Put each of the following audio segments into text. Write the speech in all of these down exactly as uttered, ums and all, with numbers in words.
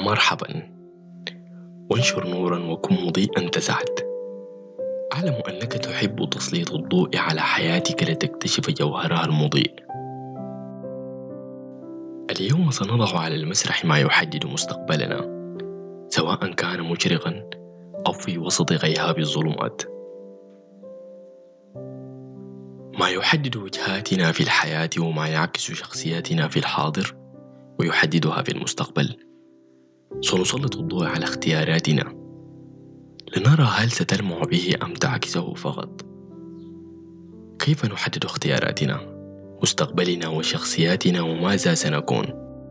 مرحبا، وانشر نورا وكن مضيئا تسعد. أعلم أنك تحب تسليط الضوء على حياتك لتكتشف جوهرها المضيء. اليوم سنضع على المسرح ما يحدد مستقبلنا، سواء كان مشرقا أو في وسط غياب الظلمات. ما يحدد وجهاتنا في الحياة وما يعكس شخصياتنا في الحاضر ويحددها في المستقبل. سنسلط الضوء على اختياراتنا لنرى هل ستلمع به أم تعكسه فقط. كيف نحدد اختياراتنا، مستقبلنا وشخصياتنا وماذا سنكون؟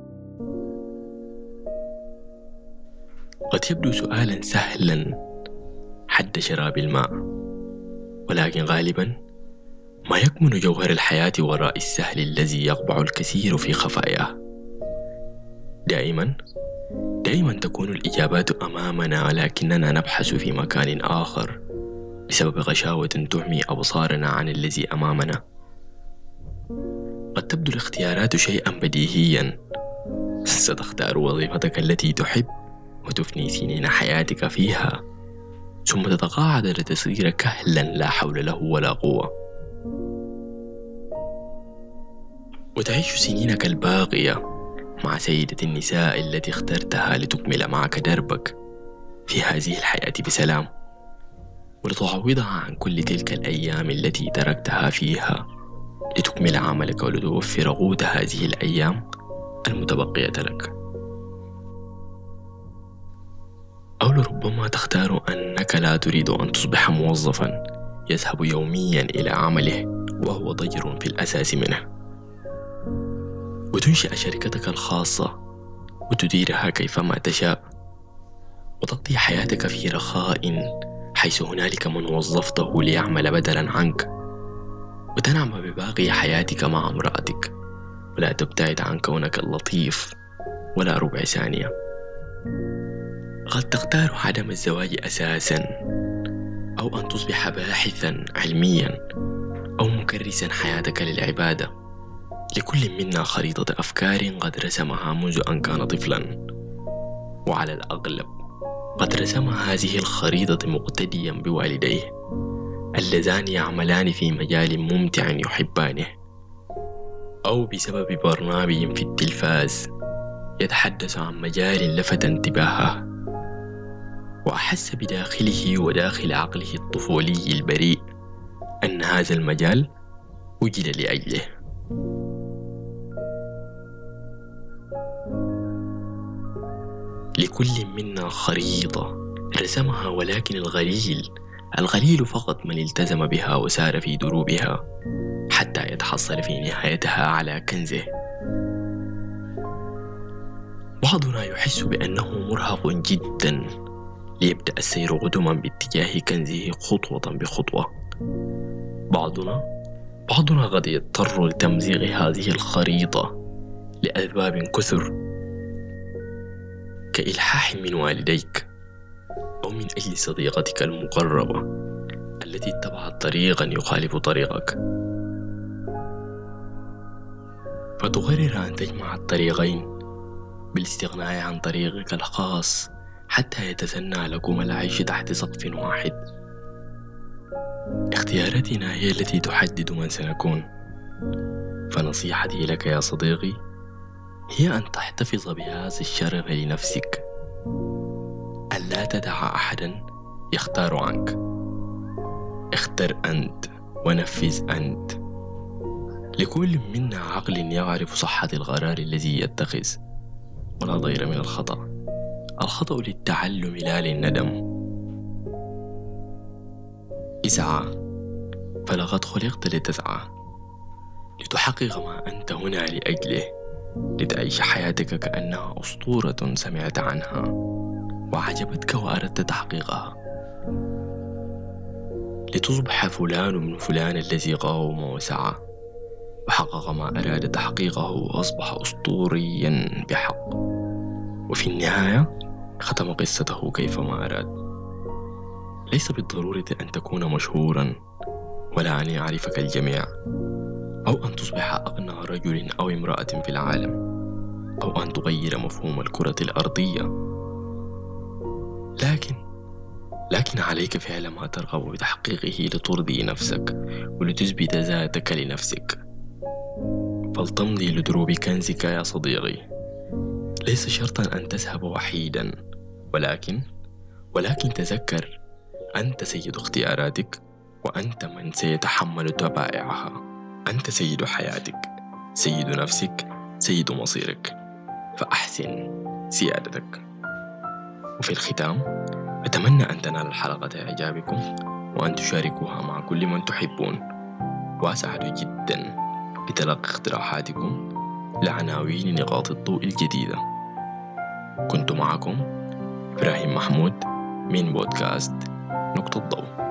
قد يبدو سؤالا سهلا حد شراب الماء، ولكن غالبا ما يكمن جوهر الحياة وراء السهل الذي يقبع الكثير في خفاياه. دائما دائما تكون الإجابات أمامنا، لكننا نبحث في مكان آخر بسبب غشاوة تعمي أبصارنا عن الذي أمامنا. قد تبدو الاختيارات شيئا بديهيا، ستختار وظيفتك التي تحب وتفني سنين حياتك فيها، ثم تتقاعد لتصير كهلا لا حول له ولا قوة، وتعيش سنينك الباقية مع سيدة النساء التي اخترتها لتكمل معك دربك في هذه الحياة بسلام، ولتعوضها عن كل تلك الأيام التي تركتها فيها لتكمل عملك ولتوفر قوت هذه الأيام المتبقية لك. أو لربما تختار أنك لا تريد أن تصبح موظفا يذهب يوميا إلى عمله وهو ضجر في الأساس منه، وتنشئ شركتك الخاصة وتديرها كيفما تشاء، وتقضي حياتك في رخاء حيث هنالك من وظفته ليعمل بدلا عنك، وتنعم بباقي حياتك مع امرأتك ولا تبتعد عن كونك اللطيف ولا ربع ثانية. قد تختار عدم الزواج أساسا، أو أن تصبح باحثا علميا أو مكرسا حياتك للعبادة. لكل منا خريطة أفكار قد رسمها منذ أن كان طفلا، وعلى الأغلب قد رسم هذه الخريطة مقتديا بوالديه اللذان يعملان في مجال ممتع يحبانه، أو بسبب برنامج في التلفاز يتحدث عن مجال لفت انتباهه، وأحس بداخله وداخل عقله الطفولي البريء أن هذا المجال وجد لأجله. لكل منا خريطة رسمها، ولكن الغليل الغليل فقط من التزم بها وسار في دروبها حتى يتحصل في نهايتها على كنزه. بعضنا يحس بأنه مرهق جدا ليبدأ السير قدما باتجاه كنزه خطوة بخطوة. بعضنا بعضنا قد يضطر لتمزيق هذه الخريطة لأسباب كثر، كإلحاح من والديك أو من أجل صديقتك المقربة التي اتبعت طريقا يخالف طريقك، فتقرر أن تجمع الطريقين بالاستغناء عن طريقك الخاص حتى يتسنى لكم العيش تحت سقف واحد. اختياراتنا هي التي تحدد من سنكون، فنصيحتي لك يا صديقي هي أن تحتفظ بهذا الشرف لنفسك، ألا تدع أحدا يختار عنك. اختر أنت ونفذ أنت. لكل منا عقل يعرف صحة القرار الذي يتخذ، ولا ضير من الخطأ. الخطأ للتعلم لا للندم. اسعى، فلقد خلقت لتسعى، لتحقق ما أنت هنا لأجله، لتعيش حياتك كأنها أسطورة سمعت عنها وعجبتك وأردت تحقيقها، لتصبح فلان من فلان الذي قاوم وسعى وحقق ما أراد تحقيقه وأصبح أسطوريا بحق، وفي النهاية ختم قصته كيفما أراد. ليس بالضرورة أن تكون مشهورا ولا أن يعرفك الجميع أو أن تصبح أغنى رجل أو امرأة في العالم، أو أن تغير مفهوم الكرة الأرضية. لكن لكن عليك فعل ما ترغب بتحقيقه لترضي نفسك ولتثبت ذاتك لنفسك. فلتمضي لدروب كنزك يا صديقي. ليس شرطا أن تذهب وحيدا، ولكن ولكن تذكر أنت سيد اختياراتك، وأنت من سيتحمل تبائعها. أنت سيد حياتك، سيد نفسك، سيد مصيرك، فأحسن سيادتك. وفي الختام أتمنى أن تنال الحلقة إعجابكم وأن تشاركوها مع كل من تحبون، وأسعد جدا بتلقي اقتراحاتكم لعناوين نقاط الضوء الجديدة. كنت معكم إبراهيم محمود من بودكاست نقطة ضوء.